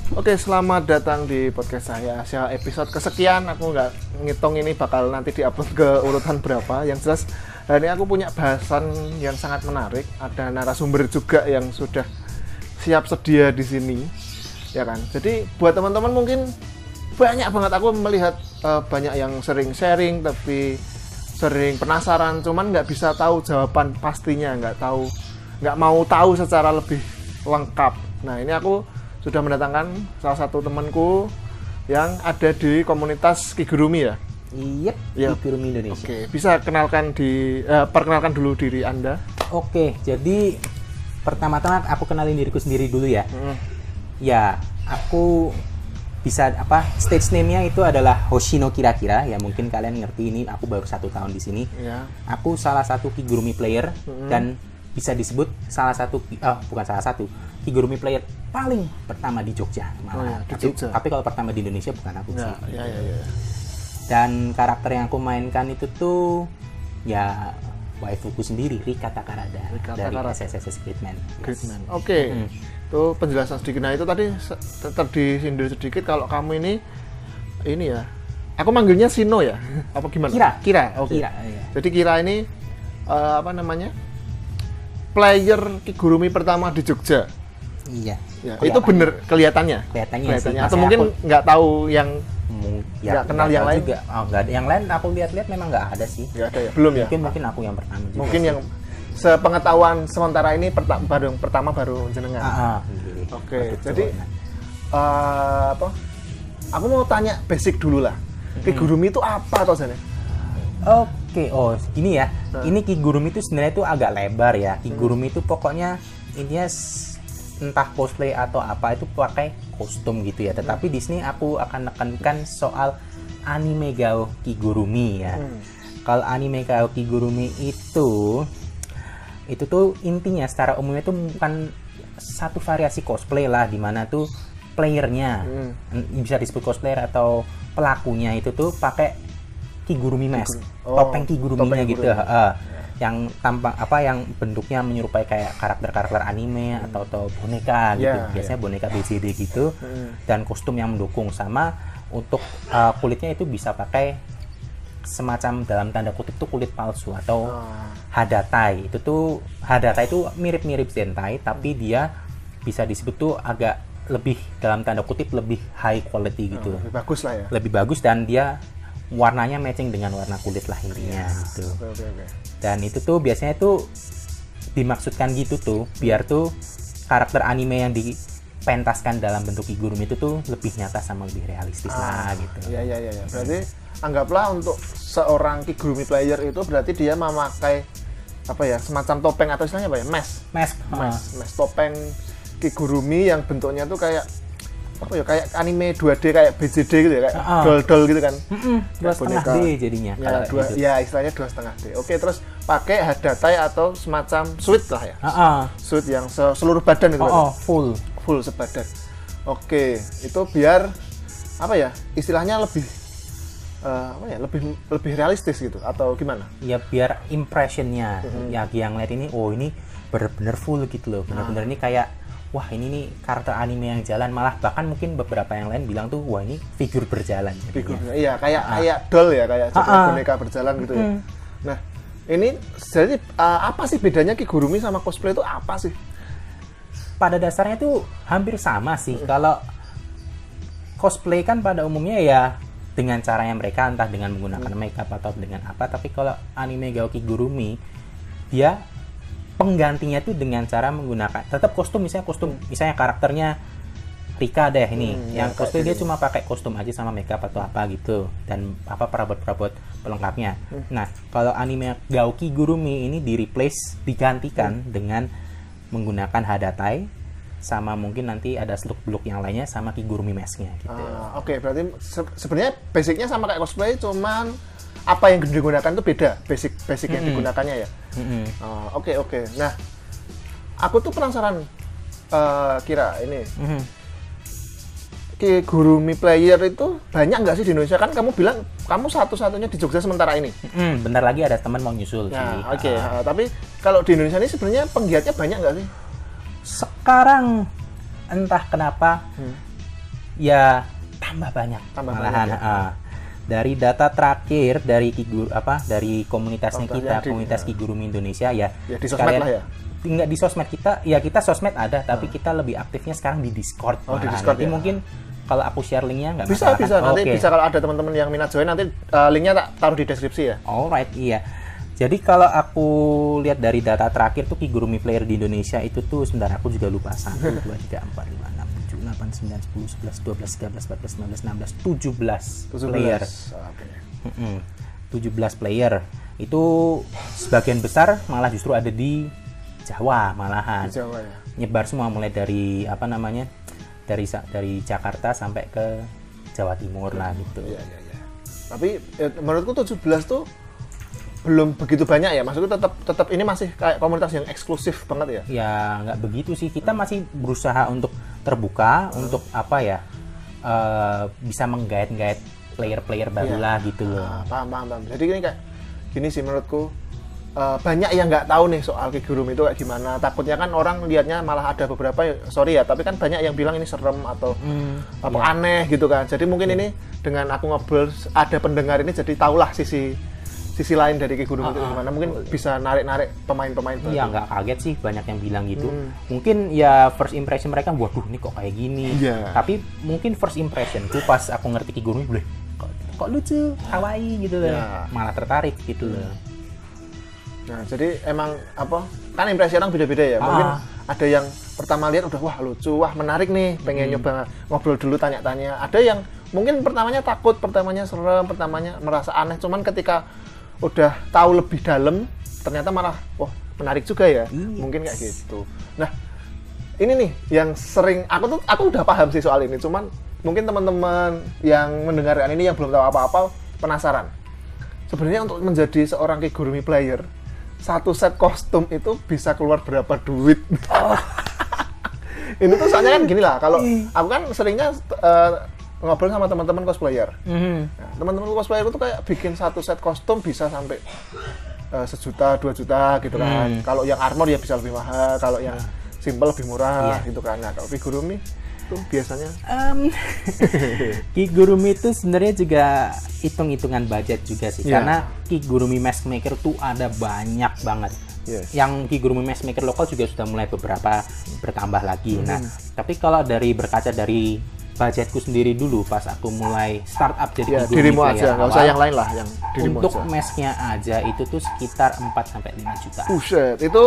Oke, selamat datang di podcast saya. Episode kesekian, aku nggak ngitung ini bakal nanti diupload ke urutan berapa. Yang jelas, hari ini aku punya bahasan yang sangat menarik. Ada narasumber juga yang sudah siap sedia di sini, ya kan? Jadi buat teman-teman mungkin banyak banget aku melihat banyak yang sering sharing, tapi sering penasaran, cuman nggak bisa tahu jawaban pastinya, nggak mau tahu secara lebih lengkap. Nah, ini aku sudah mendatangkan salah satu temanku yang ada di komunitas Kigurumi ya. Iya, Kigurumi Indonesia. Oke, bisa perkenalkan dulu diri Anda. Oke, jadi pertama-tama aku kenalin diriku sendiri dulu ya. Ya, aku bisa stage name-nya itu adalah Hoshino Kira-Kira ya, mungkin kalian ngerti ini aku baru 1 tahun di sini. Ya. Aku salah satu Kigurumi player dan bisa disebut Kigurumi player paling pertama di Jogja malah. Tapi kalau pertama di Indonesia bukan aku sih. Ya. Dan karakter yang aku mainkan itu tuh ya waifuku sendiri, Rika Takarada dari SSS Gridman. Gridman. Oke. Itu penjelasan sedikit. Nah, itu tadi disindir sedikit kalau kamu ini ya. Aku manggilnya Sino ya. Apa gimana? Kira. Oke. Kira, iya. Jadi Kira ini player Kigurumi pertama di Jogja. Iya. Ya, itu bener kelihatannya. Sih, atau mungkin nggak tahu yang nggak kenal yang lain juga. Oh, nggak ada. Yang lain aku lihat-lihat memang nggak ada sih. Nggak ada ya. Belum ya. Mungkin aku yang pertama juga. Mungkin sih. yang sepengetahuan sementara ini pertama baru jenengan. Oke. Jadi aku mau tanya basic dulu lah. Kigurumi itu apa toh Zane? Oke, gini ya. Ini Kigurumi itu sebenarnya itu agak lebar ya. Kigurumi itu pokoknya intinya entah cosplay atau apa itu pakai kostum gitu ya. Tetapi di sini aku akan nekankan soal anime gao Kigurumi ya. Kalau anime gao Kigurumi itu tuh intinya secara umumnya itu bukan satu variasi cosplay lah, dimana tuh playernya bisa disebut cosplayer atau pelakunya itu tuh pakai Kigurumi mask, topeng Kiguruminya gitu. Yang tampang yang bentuknya menyerupai kayak karakter-karakter anime atau boneka gitu. Biasanya boneka BCD gitu. Dan kostum yang mendukung, sama untuk kulitnya itu bisa pakai semacam dalam tanda kutip tuh kulit palsu atau hadatai. Hadatai itu mirip-mirip zentai, tapi dia bisa disebut tuh agak lebih dalam tanda kutip lebih high quality gitu. Lebih bagus lah ya. Lebih bagus dan dia warnanya matching dengan warna kulit lah intinya gitu. Okay. Dan itu tuh biasanya tuh dimaksudkan gitu tuh biar tuh karakter anime yang dipentaskan dalam bentuk Kigurumi itu tuh lebih nyata sama lebih realistis lah gitu. Iya. Berarti anggaplah untuk seorang Kigurumi player itu berarti dia memakai semacam topeng atau istilahnya mask topeng Kigurumi yang bentuknya tuh kayak kayak anime 2D kayak BCD gitu ya, kayak doll gitu kan. 2,5D jadinya. Ya, istilahnya 2,5D. Oke, terus pakai hadatai atau semacam suit lah ya. Suit yang seluruh badan itu. Full sebadan. Oke, itu biar istilahnya lebih lebih realistis gitu atau gimana? Ya biar impressionnya yang lihat ini ini bener-bener full gitu loh. Bener-bener ini kayak wah ini nih karakter anime yang jalan, malah bahkan mungkin beberapa yang lain bilang tuh wah ini figur berjalan. Iya, kayak doll ya, kayak boneka berjalan gitu ya. Nah, ini jadi apa sih bedanya Kigurumi sama cosplay itu apa sih? Pada dasarnya tuh hampir sama sih. Kalau cosplay kan pada umumnya ya dengan caranya mereka, entah dengan menggunakan makeup atau dengan apa, tapi kalau anime gao Kigurumi dia penggantinya tuh dengan cara menggunakan tetap kostum, misalnya karakternya Rika deh ini, yang kostum dia cuma pakai kostum aja sama makeup atau apa gitu, dan perabot-perabot pelengkapnya. Nah, kalau anime gao Kigurumi ini digantikan dengan menggunakan hadatai, sama mungkin nanti ada seluk-beluk yang lainnya sama Kigurumi mask-nya gitu. Oke, berarti sebenarnya basicnya sama kayak cosplay, cuman apa yang digunakan itu beda, basic yang digunakannya ya. Oke. Nah, aku tuh penasaran Kira ini. Kigurumi player itu banyak nggak sih di Indonesia? Kan kamu bilang kamu satu-satunya di Jogja sementara ini. Bentar lagi ada teman mau nyusul sih. Oke. Tapi kalau di Indonesia ini sebenarnya penggiatnya banyak nggak sih? Sekarang entah kenapa ya tambah banyak malahan. banyak, ya. Dari data terakhir dari dari komunitasnya kita, komunitas Kigurumi Indonesia ya. Ya di sosmed lah ya. Enggak di sosmed kita sosmed ada, tapi kita lebih aktifnya sekarang di Discord. Oh, di Discord. Nanti ya. mungkin kalau aku share linknya nggak bisa masalah. bisa nanti bisa kalau ada teman-teman yang minat join nanti linknya tak taruh di deskripsi ya. Alright, iya. Jadi kalau aku lihat dari data terakhir tuh Kigurumi player di Indonesia itu tuh sebentar aku juga lupa 1 2 3 4 5 6 7 8 9 10 11 12 13 14 15 16 17 player. Okay. 17 player. Itu sebagian besar malah justru ada di Jawa malahan. Di Jawa ya. Nyebar semua mulai dari dari Jakarta sampai ke Jawa Timur lah gitu. Iya. Tapi menurutku 17 tuh belum begitu banyak ya. Maksudku tetap ini masih kayak komunitas yang eksklusif banget ya. Ya nggak begitu sih. Kita masih berusaha untuk terbuka untuk bisa menggait-gait player-player baru lah gitu loh. Paham. Jadi ini kayak gini sih menurutku. Banyak yang nggak tahu nih soal Kigurumi itu kayak gimana. Takutnya kan orang lihatnya malah ada beberapa sorry ya, tapi kan banyak yang bilang ini serem atau aneh gitu kan. Jadi mungkin ini dengan aku ngobrol ada pendengar ini jadi tahulah sisi lain dari Kigurumi itu gimana. Mungkin bisa narik pemain-pemain baru. Iya, nggak kaget sih banyak yang bilang gitu. Mungkin ya first impression mereka, waduh ini kok kayak gini. Tapi mungkin first impressionku pas aku ngerti Kigurumi, boleh kok lucu, kawaii gitu loh. Malah tertarik gitu loh. Nah, jadi emang kan impresi orang beda-beda ya. Mungkin ada yang pertama lihat udah wah lucu, wah menarik nih, pengen nyoba ngobrol dulu tanya-tanya. Ada yang mungkin pertamanya takut, pertamanya serem, pertamanya merasa aneh, cuman ketika udah tahu lebih dalam ternyata malah wah menarik juga ya. Mungkin kayak gitu. Nah, ini nih yang sering aku udah paham sih soal ini, cuman mungkin teman-teman yang mendengarkan ini yang belum tahu apa-apa penasaran. Sebenarnya untuk menjadi seorang Kigurumi player, satu set kostum itu bisa keluar berapa duit? Ini tuh soalnya kan gini lah, kalau aku kan seringnya ngobrol sama teman-teman cosplayer. Nah, teman-teman cosplayer itu kayak bikin satu set kostum bisa sampai 1 juta, 2 juta gitu kan. Kalau yang armor ya bisa lebih mahal, kalau yang simple lebih murah gitu kan. Nah, kalau Kigurumi itu biasanya Kigurumi itu sebenarnya juga hitung-hitungan budget juga sih. Karena Kigurumi Mask Maker tuh ada banyak banget. Yang Kigurumi Mask Maker lokal juga sudah mulai beberapa bertambah lagi. Nah, tapi kalau berkaca dari budgetku sendiri dulu pas aku mulai startup jadi Kigurumi dirimu player aja, nggak usah yang lain lah, yang dirimu untuk aja. masknya aja itu tuh sekitar 4-5 juta. Buset, itu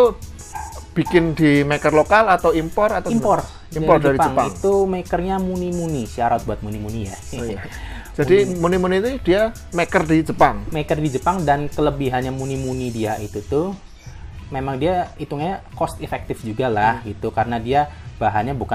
bikin di maker lokal atau impor atau impor dari Jepang. Itu makernya Muni, syarat buat Muni ya. Jadi Muni itu dia maker di Jepang. Maker di Jepang, dan kelebihannya Muni dia itu tuh memang dia hitungnya cost efektif juga lah gitu, karena dia bahannya bukan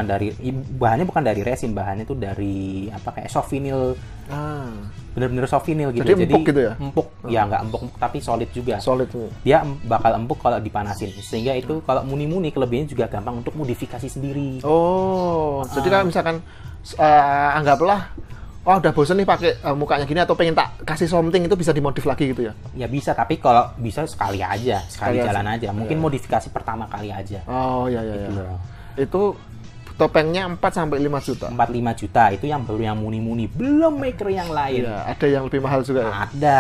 dari resin, bahannya tuh dari kayak soft vinyl. Bener-bener soft vinyl gitu. Jadi empuk gitu ya? Empuk, ya nggak empuk tapi solid juga. Solid tuh. Dia bakal empuk kalau dipanasin, sehingga itu kalau Muni kelebihannya juga gampang untuk modifikasi sendiri. Jadi kalau misalkan anggaplah udah bosen nih pakai mukanya gini atau pengen tak kasih something, itu bisa dimodif lagi gitu ya? Ya bisa, tapi kalau bisa sekali jalan aja. Mungkin modifikasi pertama kali aja. Gitu. Itu topengnya 4-5 juta. 4-5 juta itu yang baru yang Muni, belum maker yang lain. Ada yang lebih mahal juga ya? Ada.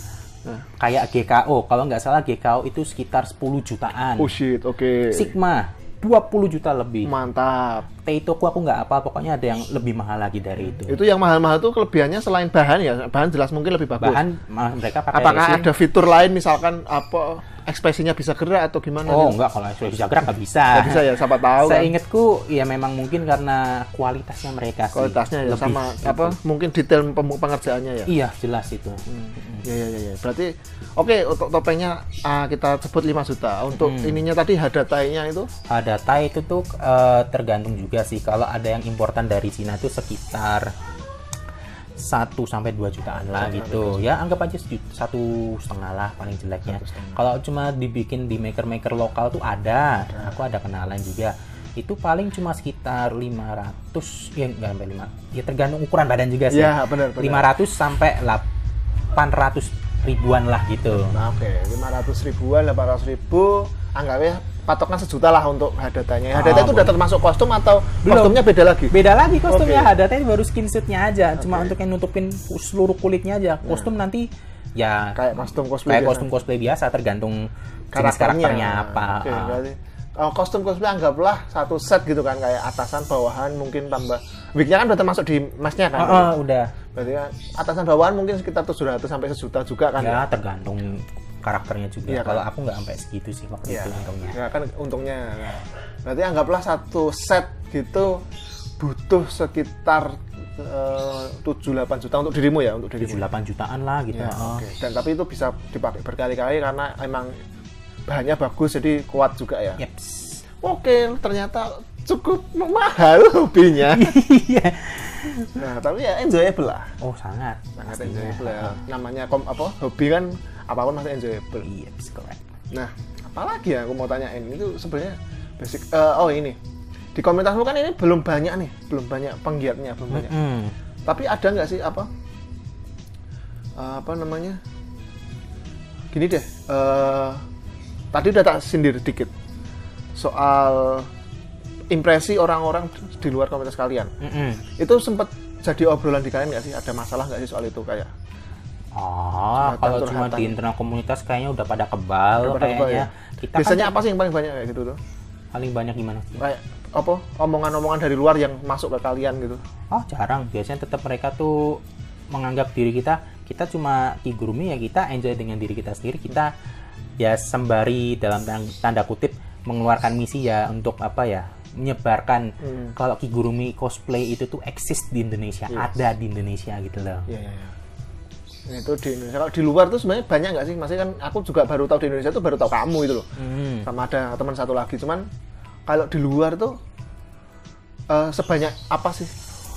Kayak GKO, kalau nggak salah GKO itu sekitar 10 jutaan. Oh shit, oke. Sigma 20 juta lebih. Mantap. Teitoku aku nggak apa, pokoknya ada yang lebih mahal lagi dari itu. Itu yang mahal-mahal tuh kelebihannya selain bahan ya? Bahan jelas mungkin lebih bagus. Bahan mereka pakai apakah resin. Ada fitur lain misalkan ekspresinya bisa gerak atau gimana? Enggak, kalau ekspresi bisa gerak nggak bisa. Nggak bisa ya, siapa tahu kan. Seingatku ya memang mungkin karena kualitasnya mereka sih. Kualitasnya ya lebih, sama mungkin detail pengerjaannya ya. Iya, jelas itu. Ya. Berarti untuk topengnya kita sebut 5 juta. Untuk ininya tadi hadatai-nya itu? Hadatai itu tuh tergantung juga sih. Kalau ada yang importan dari Cina tuh sekitar 1-2 jutaan lah gitu. Ya anggap aja 1,5 lah paling jeleknya. Kalau cuma dibikin di maker lokal tuh ada. Aku ada kenalan juga. Itu paling cuma sekitar 500, ya nggak sampai 5. Ya tergantung ukuran badan juga sih. Ya, benar. 500 sampai 800 ribuan lah gitu. Nah, 500 ribuan, 800 ribu, anggapnya patokan 1 juta lah untuk Hadata-nya. Hadata itu udah termasuk kostum atau Belum. kostumnya beda lagi? Beda lagi kostumnya. Oke. Hadata ini baru skin suitnya aja, cuma untuk yang nutupin seluruh kulitnya aja. Kostum nanti ya Kayak kostum cosplay kayak biasa. kostum cosplay biasa, tergantung jenis karakternya apa. Oke, berarti kostum cosplay anggaplah 1 set gitu kan, kayak atasan bawahan mungkin tambah wignya kan udah termasuk di masnya kan. Udah. Berarti kan atasan bawahan mungkin sekitar 700 sampai 1 juta juga kan Ya tergantung karakternya juga. Iya, Kalau kan? aku nggak sampai segitu sih waktu Iya. itu untungnya. Ya kan untungnya. Nah, berarti anggaplah 1 set gitu butuh sekitar 7-8 juta untuk dirimu ya, untuk dirimu. 7-8 jutaan lah gitu. Ya, oke. Dan tapi itu bisa dipakai berkali-kali karena emang bahannya bagus jadi kuat juga ya. Yeps. Oke, ternyata cukup mahal hobinya. Iya. Nah, tapi ya enjoyable lah. Oh sangat. Sangat Pastinya. enjoyable ya. Namanya hobi kan apapun masih enjoyable. Iya, correct. Nah, apalagi ya aku mau tanyain itu sebenarnya basic. Ini di komunitasmu kan ini belum banyak penggiatnya, belum banyak. Tapi ada nggak sih apa namanya? Gini deh, tadi udah tak sindir dikit soal impresi orang-orang di luar komunitas kalian. Itu sempat jadi obrolan di kalian nggak sih? Ada masalah nggak sih soal itu kayak? Kalau cuma di internal komunitas kayaknya udah pada kebal kayaknya. Ya? Kita Biasanya kan apa sih yang paling banyak kayak gitu tuh? paling banyak gimana sih? Kayak apa? Omongan-omongan dari luar yang masuk ke kalian gitu? Oh jarang. Biasanya tetap mereka tuh menganggap diri kita cuma kigurumi ya, kita enjoy dengan diri kita sendiri. Kita ya sembari dalam tanda kutip mengeluarkan misi ya untuk apa ya, menyebarkan kalau kigurumi cosplay itu tuh eksis di Indonesia, ada di Indonesia gitu loh. Iya. Nah, itu di Indonesia. Kalau di luar tuh sebenarnya banyak nggak sih? Maksudnya kan aku juga baru tahu di Indonesia tuh baru tahu kamu itu loh. Sama ada teman satu lagi. Cuman kalau di luar tuh sebanyak apa sih?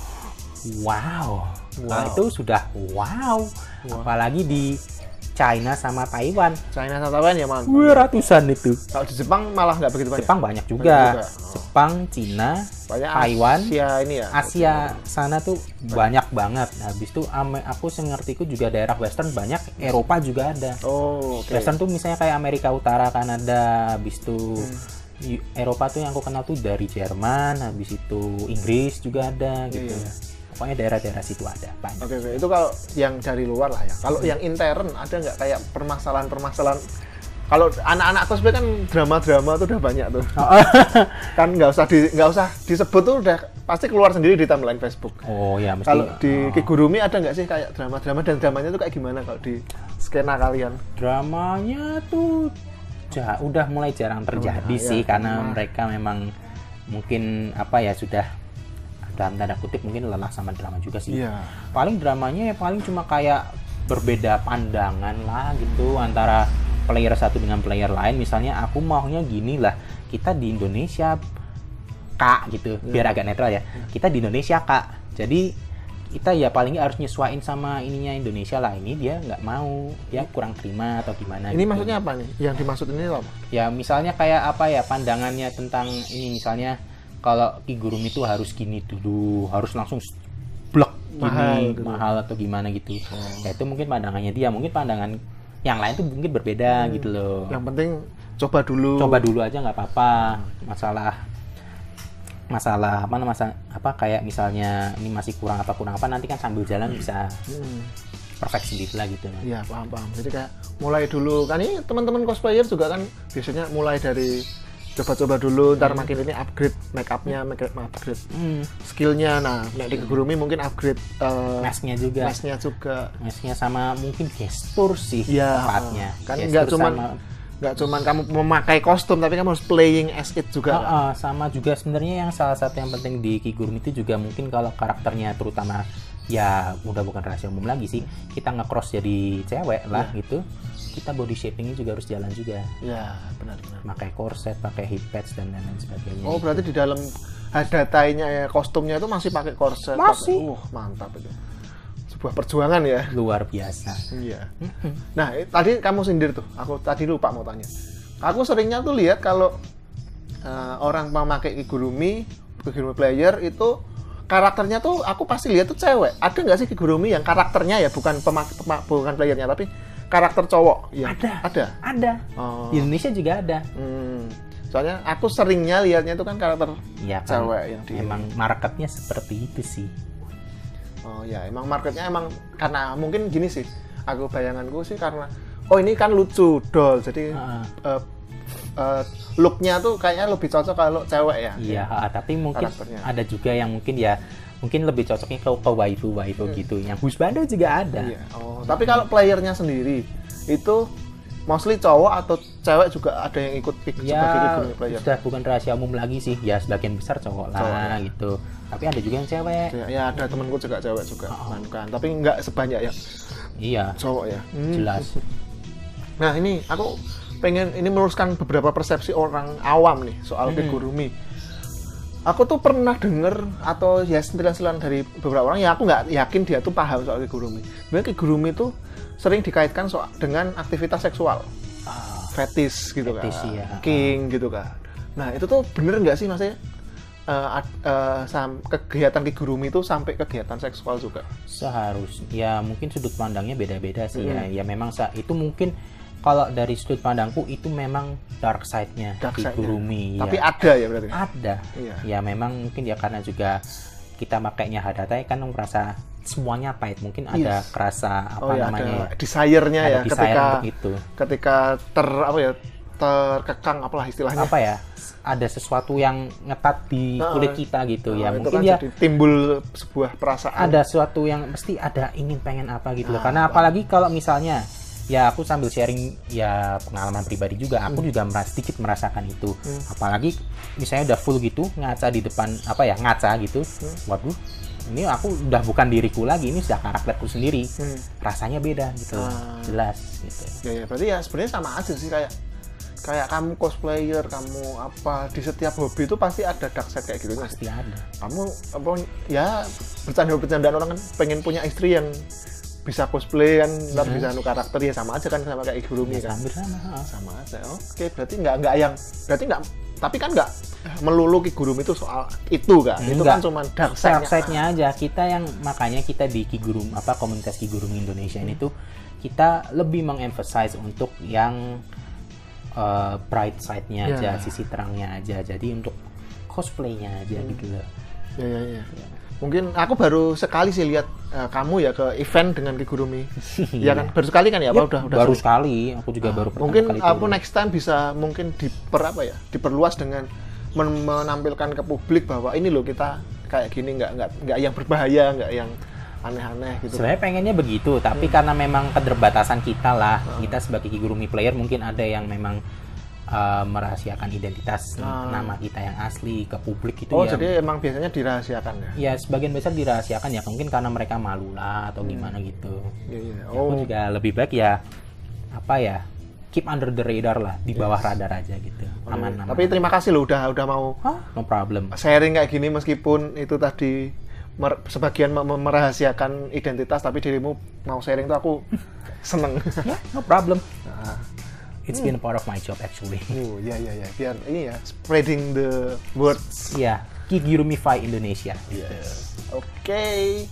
Wow. Nah, itu sudah wow. Apalagi di China sama Taiwan. China sama Taiwan ya man. Ratusan itu. Kalau di Jepang malah nggak begitu banyak. Jepang banyak juga. Jepang, Cina, banyak Taiwan, Asia ini ya. Asia sana tuh banyak banget. Habis itu aku sengertiku juga daerah Western banyak, Eropa juga ada. Oh, oke. Western tuh misalnya kayak Amerika Utara, Kanada, habis itu Eropa tuh yang aku kenal tuh dari Jerman, habis itu Inggris juga ada gitu. Pokoknya daerah-daerah situ ada banyak. Oke. Itu kalau yang dari luar lah ya. Kalau yang intern ada nggak kayak permasalahan-permasalahan? Kalau anak-anak cosplay kan drama-drama tuh udah banyak tuh. Kan nggak usah disebut tuh udah pasti keluar sendiri di timeline Facebook. Oh ya mesti. Kalau di Kigurumi ada nggak sih kayak drama-drama, dan dramanya tuh kayak gimana kalau di skena kalian? Dramanya tuh udah mulai jarang terjadi sih karena mereka memang mungkin apa ya sudah dalam tanda kutip mungkin lelah sama drama juga sih. Paling dramanya ya paling cuma kayak berbeda pandangan lah gitu antara player satu dengan player lain. Misalnya aku maunya gini lah, kita di Indonesia Kak gitu, biar agak netral ya. Kita di Indonesia Kak, jadi kita ya paling harus nyesuaiin sama ininya Indonesia lah. Ini dia nggak mau, dia kurang terima atau gimana. Ini gitu. maksudnya apa nih? Yang dimaksud ini apa? Ya misalnya kayak apa ya pandangannya tentang ini, misalnya kalau kigurumi itu harus gini dulu, harus langsung blok gini, mahal atau gimana gitu. Ya itu mungkin pandangannya dia, mungkin pandangan yang lain tuh mungkin berbeda gitu loh. Yang penting coba dulu Aja nggak apa-apa. Masalah apa kayak misalnya ini masih kurang apa nanti kan sambil jalan bisa perfect sendiri lah gitu. Iya, paham. Jadi kayak mulai dulu kan ini teman-teman cosplayer juga kan biasanya mulai dari coba-coba dulu, ntar makin ini upgrade make upnya, upgrade skillnya. Nah, di Kigurumi mungkin upgrade masknya juga. Masknya sama mungkin gestur sih tepatnya. Kan nggak cuman kamu memakai kostum, tapi kamu harus playing as it juga. Sama juga sebenarnya yang salah satu yang penting di Kigurumi itu juga mungkin kalau karakternya terutama ya udah bukan rahasia umum lagi sih, kita nge-cross jadi cewek lah gitu. Kita body shapingnya juga harus jalan juga. Ya, benar. Pakai korset, pakai hip pads dan lain sebagainya. Oh, berarti di dalam Hadata-nya ya, kostumnya itu masih pakai korset. Masih. Mantap itu. Sebuah perjuangan ya. Luar biasa. Iya. Nah, tadi kamu sindir tuh. Aku tadi lupa mau tanya. Aku seringnya tuh lihat kalau orang memakai Kigurumi player itu karakternya tuh aku pasti lihat tuh cewek. Ada nggak sih Kigurumi yang karakternya ya bukan bukan playernya tapi karakter cowok? Ya, ada. Oh. Di Indonesia juga ada. Soalnya aku seringnya lihatnya itu kan karakter ya kan, cewek yang emang marketnya seperti itu sih. Oh ya, emang marketnya emang karena mungkin gini sih. Aku bayanganku sih karena ini kan lucu doll, jadi looknya tuh kayaknya lebih cocok kalau cewek ya. Iya, tapi mungkin karakternya. ada juga yang mungkin lebih cocoknya ke waifu gitu. Yang husbando juga ada. Iya. Tapi kalau playernya sendiri itu mostly cowok atau cewek juga ada yang ikut sebagai kigurumi player? Sudah bukan rahasia umum lagi sih. Ya sebagian besar cowok lah gitu. Tapi ada juga yang cewek. Ya ada temanku juga cewek juga kan. Tapi nggak sebanyak yang cowok ya. Jelas. Nah ini aku pengen meluruskan beberapa persepsi orang awam nih soal kigurumi. Aku tuh pernah denger atau ya sentilan-sentilan dari beberapa orang ya aku nggak yakin dia tuh paham soal kigurumi. Sebenarnya kigurumi tuh sering dikaitkan dengan aktivitas seksual, fetish gitu kan, king gitu kan. Nah itu tuh bener nggak sih maksudnya kegiatan kigurumi itu sampai kegiatan seksual juga? Seharusnya ya mungkin sudut pandangnya beda-beda sih ya memang itu mungkin kalau dari sudut pandangku itu memang dark side-nya kigurumi. Tapi ada ya berarti? Ada. Iya. Ya memang mungkin ya karena juga kita makainya hadatai kan merasa semuanya pahit. Mungkin ada kerasa namanya? Ada desire-nya ya ketika terkekang apalah istilahnya. Apa ya? Ada sesuatu yang ngetat di kulit kita gitu ya. Mungkin kan jadi timbul sebuah perasaan. Ada sesuatu yang mesti ada ingin pengen apa gitu loh. Karena apalagi kalau misalnya ya aku sambil sharing ya pengalaman pribadi juga, aku juga sedikit merasakan itu. Apalagi misalnya udah full gitu ngaca di depan ngaca gitu, waduh ini aku udah bukan diriku lagi, ini sudah karakterku sendiri. Rasanya beda gitu, jelas gitu. Ya berarti ya sebenarnya sama aja sih kayak kamu cosplayer, kamu apa di setiap hobi itu pasti ada dark side kayak gitu. Pasti ada. Kamu ya bercandaan orang kan pengen punya istri yang bisa cosplay kan, ntar bisa anu karakter ya sama aja kan sama kayak kigurumi kan. Sama aja. Oke, berarti tapi kan nggak melulu kigurumi itu soal itu kan. Itu kan cuma dark side-nya aja. Kita yang makanya kita di kigurumi komunitas kigurumi Indonesia ini tuh kita lebih mengemphasize untuk yang bright side-nya aja, sisi terangnya aja. Jadi untuk cosplaynya aja gitu loh. Ya. Mungkin aku baru sekali sih lihat kamu ya ke event dengan kigurumi. Ya kan baru sekali kan ya? Udah baru sekali. Aku juga baru pertama mungkin kali. Mungkin aku next time bisa mungkin diperluas dengan menampilkan ke publik bahwa ini loh kita kayak gini, nggak yang berbahaya, nggak yang aneh-aneh gitu. Sebenarnya pengennya begitu, tapi karena memang keterbatasan kita lah, kita sebagai kigurumi player mungkin ada yang memang merahasiakan identitas nama kita yang asli ke publik itu ya. Jadi emang biasanya dirahasiakan ya? Ya sebagian besar dirahasiakan ya, mungkin karena mereka malu lah atau gimana gitu. Aku juga lebih baik keep under the radar lah, di bawah radar aja gitu. Aman. Tapi terima kasih loh udah mau no problem sharing kayak gini meskipun itu tadi sebagian merahasiakan identitas, tapi dirimu mau sharing tuh aku seneng. No problem. It's been a part of my job actually. Ya. Biar ini ya, spreading the words. Ya, Kigurumify Indonesia. Yes. Oke.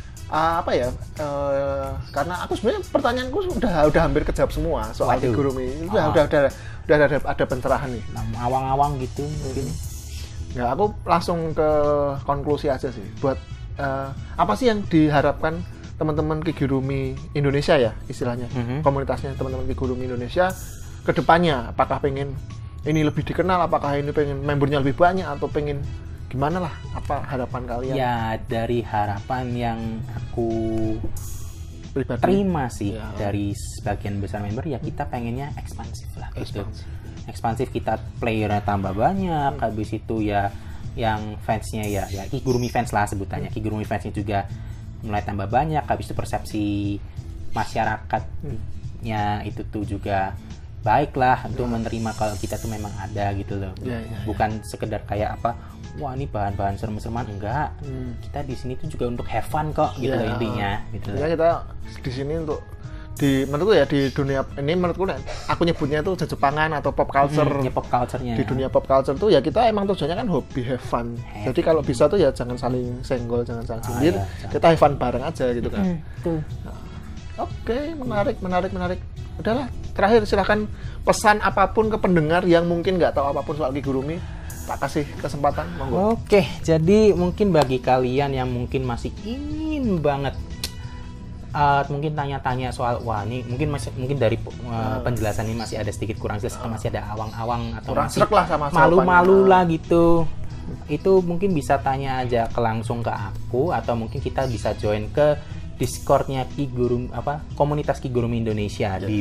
Karena aku sebenarnya pertanyaanku udah hampir kejawab semua soal kigurumi. Udah ada pencerahan nih. Awang-awang gitu mungkin. Ya, aku langsung ke konklusi aja sih. Buat apa sih yang diharapkan teman-teman kigurumi Indonesia ya istilahnya, komunitasnya teman-teman kigurumi Indonesia kedepannya, apakah pengen ini lebih dikenal, apakah ini pengen membernya lebih banyak atau pengen gimana lah, apa harapan kalian? Ya dari harapan yang aku pribadi terima sih dari sebagian besar member ya, kita pengennya ekspansif lah gitu. Ekspansif, kita playernya tambah banyak, habis itu ya yang fansnya ya kigurumi fans lah sebutannya, kigurumi fansnya juga mulai tambah banyak, habis itu persepsi masyarakatnya itu tuh juga baiklah untuk menerima kalau kita tuh memang ada gitu loh. Bukan sekedar kayak wah ini bahan-bahan serem-sereman, enggak. Kita di sini tuh juga untuk have fun kok gitu loh intinya gitu. Ya kita di sini untuk menurutku ya di dunia ini, menurutku aku nyebutnya itu Jepangan atau pop culture. Pop culture-nya. Di dunia pop culture tuh ya kita emang tujuannya kan hobi, have fun. Jadi kalau bisa tuh ya jangan saling senggol, jangan saling sindir. Kita have fun bareng aja gitu kan. Tuh. Oke, menarik. udahlah, terakhir silahkan pesan apapun ke pendengar yang mungkin nggak tahu apapun soal kigurumi. Tak kasih kesempatan, monggo. Oke, jadi mungkin bagi kalian yang mungkin masih ingin banget mungkin tanya-tanya soal wah ini mungkin dari penjelasan ini masih ada sedikit kurang jelas atau masih ada awang-awang atau Kurang masih srek lah sama malu-malu lah gitu. Itu mungkin bisa tanya aja langsung ke aku atau mungkin kita bisa join ke Discord-nya Kigurumi komunitas Kigurumi Indonesia di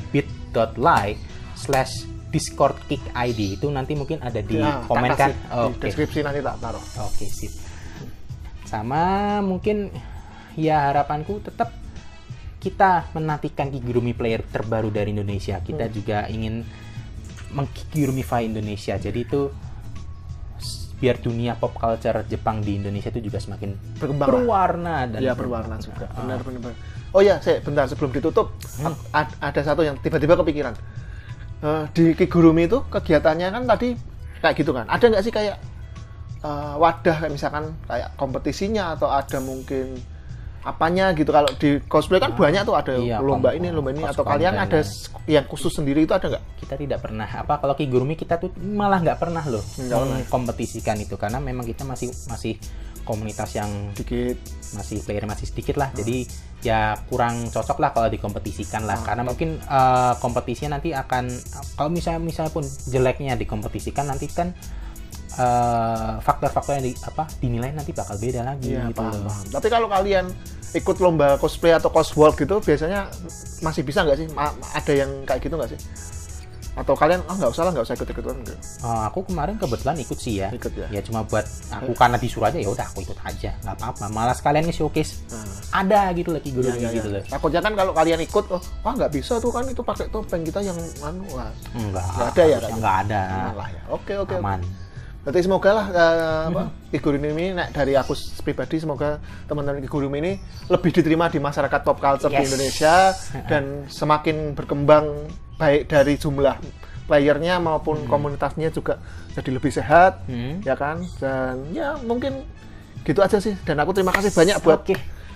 bit.ly/discordkikid. Itu nanti mungkin ada di komen kan. Di deskripsi nanti tak taruh. Oke, sip. Sama mungkin ya harapanku tetap kita menantikan Kigurumi player terbaru dari Indonesia. Kita juga ingin mengkigurumify Indonesia. Jadi itu biar dunia pop culture Jepang di Indonesia itu juga semakin berwarna dan berwarna juga. Benar. Oh ya, bentar sebelum ditutup, ada satu yang tiba-tiba kepikiran. Di Kigurumi itu kegiatannya kan tadi kayak gitu kan. Ada nggak sih kayak wadah kayak misalkan kayak kompetisinya atau ada mungkin apanya gitu? Kalau di cosplay kan banyak tuh, ada lomba ini atau kalian ada yang khusus sendiri itu ada nggak? Kita tidak pernah kalau Kigurumi kita tuh malah nggak pernah loh mengkompetisikan itu karena memang kita masih komunitas yang sedikit, masih player masih sedikit lah. Jadi ya kurang cocok lah kalau dikompetisikan lah karena mungkin kompetisinya nanti akan kalau misalnya pun jeleknya dikompetisikan nanti kan faktor-faktor yang dinilai nanti bakal beda lagi gitu. Paham. Tapi kalau kalian ikut lomba cosplay atau cosworld gitu biasanya masih bisa nggak sih? Ada yang kayak gitu nggak sih? Atau kalian nggak usah ikut-ikutan gitu? Aku kemarin kebetulan ikut sih ya. Ikut ya? Ya cuma buat aku karena disuruh aja ya udah aku ikut aja, nggak apa-apa. Malah sekalian showcase ada gitu lagi Kigurumi gitu loh. Takutnya kan kalau kalian ikut, nggak bisa tuh kan itu pakai topeng kita yang Nggak ada ya? Nggak ada. Ya. Oke. Aman. Berarti semoga lah Kigurumi ini dari aku pribadi, semoga teman-teman Kigurumi ini lebih diterima di masyarakat pop culture di Indonesia dan semakin berkembang baik dari jumlah playernya maupun komunitasnya juga jadi lebih sehat, ya kan? Dan ya mungkin gitu aja sih. Dan aku terima kasih banyak buat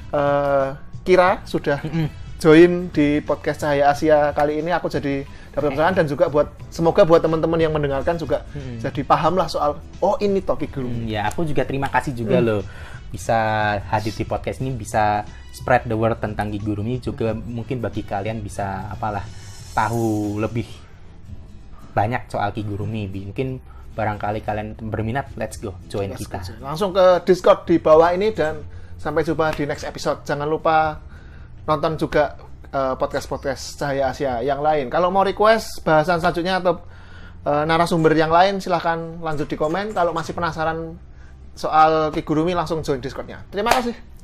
Kira sudah join di podcast Cahaya Asia kali ini. Aku jadi dapat pencerahan dan juga semoga buat teman-teman yang mendengarkan juga jadi paham lah soal ini toh Kigurumi. Ya, aku juga terima kasih juga loh bisa hadir di podcast ini, bisa spread the word tentang Kigurumi, juga mungkin bagi kalian bisa tahu lebih banyak soal Kigurumi. Mungkin barangkali kalian berminat, let's go join kita. Langsung ke Discord di bawah ini dan sampai jumpa di next episode. Jangan lupa nonton juga podcast Cahaya Asia yang lain. Kalau mau request bahasan selanjutnya atau narasumber yang lain, silahkan lanjut di komen. Kalau masih penasaran soal Kigurumi, langsung join Discord-nya. Terima kasih.